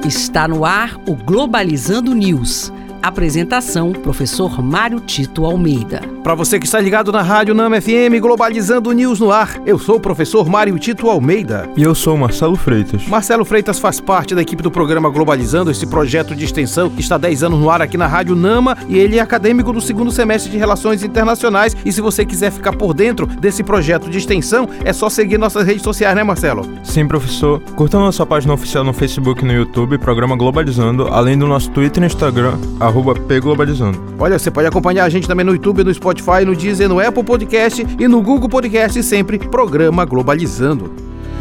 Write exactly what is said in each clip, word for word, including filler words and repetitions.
Está no ar o Globalizando News. Apresentação, professor Mário Tito Almeida. Para você que está ligado na Rádio Nama F M, Globalizando News no ar, eu sou o professor Mário Tito Almeida. E eu sou o Marcelo Freitas. Marcelo Freitas faz parte da equipe do programa Globalizando, esse projeto de extensão que está há dez anos no ar aqui na Rádio Nama, e ele é acadêmico do segundo semestre de Relações Internacionais. E se você quiser ficar por dentro desse projeto de extensão, é só seguir nossas redes sociais, né, Marcelo? Sim, professor. Curta nossa página oficial no Facebook e no YouTube, Programa Globalizando, além do nosso Twitter e Instagram, arroba pglobalizando. Olha, você pode acompanhar a gente também no YouTube, no Spotify, no Deezer, no Apple Podcast e no Google Podcast, sempre Programa Globalizando.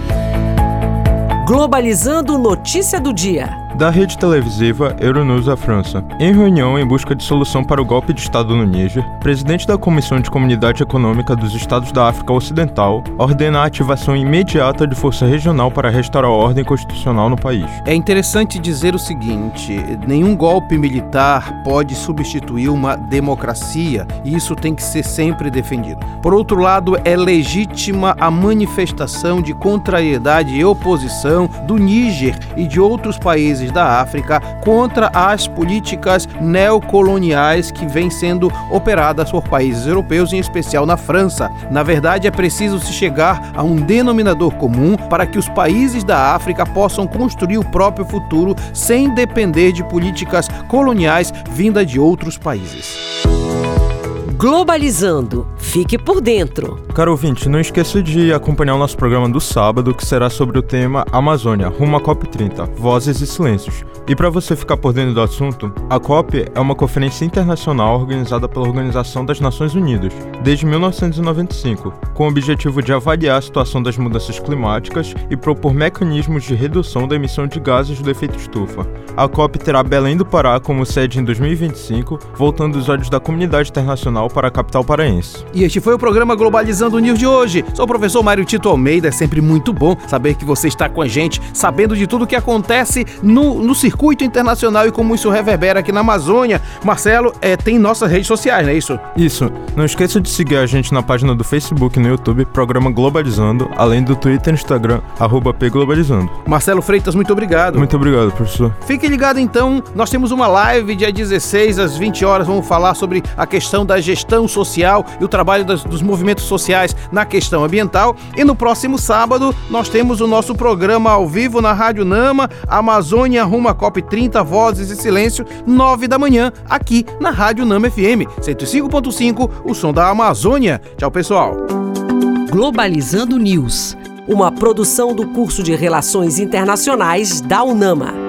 Globalizando notícia do dia. Da rede televisiva Euronews da França. Em reunião em busca de solução para o golpe de Estado no Níger, o presidente da Comissão de Comunidade Econômica dos Estados da África Ocidental ordena a ativação imediata de força regional para restaurar a ordem constitucional no país. É interessante dizer o seguinte: nenhum golpe militar pode substituir uma democracia, e isso tem que ser sempre defendido. Por outro lado, é legítima a manifestação de contrariedade e oposição do Níger e de outros países da África contra as políticas neocoloniais que vêm sendo operadas por países europeus, em especial na França. Na verdade, é preciso se chegar a um denominador comum para que os países da África possam construir o próprio futuro sem depender de políticas coloniais vindas de outros países. Globalizando. Fique por dentro. Caro ouvinte, não esqueça de acompanhar o nosso programa do sábado, que será sobre o tema Amazônia, rumo à COP trinta, Vozes e Silêncios. E para você ficar por dentro do assunto, a COP é uma conferência internacional organizada pela Organização das Nações Unidas, desde mil novecentos e noventa e cinco, com o objetivo de avaliar a situação das mudanças climáticas e propor mecanismos de redução da emissão de gases do efeito estufa. A COP terá Belém do Pará como sede em dois mil e vinte e cinco, voltando os olhos da comunidade internacional para a capital paraense. E este foi o programa Globalizando News de hoje. Sou o professor Mário Tito Almeida. É sempre muito bom saber que você está com a gente, sabendo de tudo o que acontece no, no circuito internacional e como isso reverbera aqui na Amazônia. Marcelo, é, tem nossas redes sociais, não é isso? Isso. Não esqueça de seguir a gente na página do Facebook e no YouTube, Programa Globalizando, além do Twitter e Instagram, arroba pglobalizando. Marcelo Freitas, muito obrigado. Muito obrigado, professor. Fique ligado então, nós temos uma live dia dezesseis às vinte horas, vamos falar sobre a questão da gestão social e o trabalho das, dos movimentos sociais na questão ambiental. E no próximo sábado nós temos o nosso programa ao vivo na Rádio Nama, Amazônia rumo à COP trinta, Vozes e Silêncio, nove da manhã, aqui na Rádio Nama F M, cento e cinco ponto cinco, o som da Amazônia. Tchau, pessoal. Globalizando News, uma produção do curso de Relações Internacionais da UNAMA.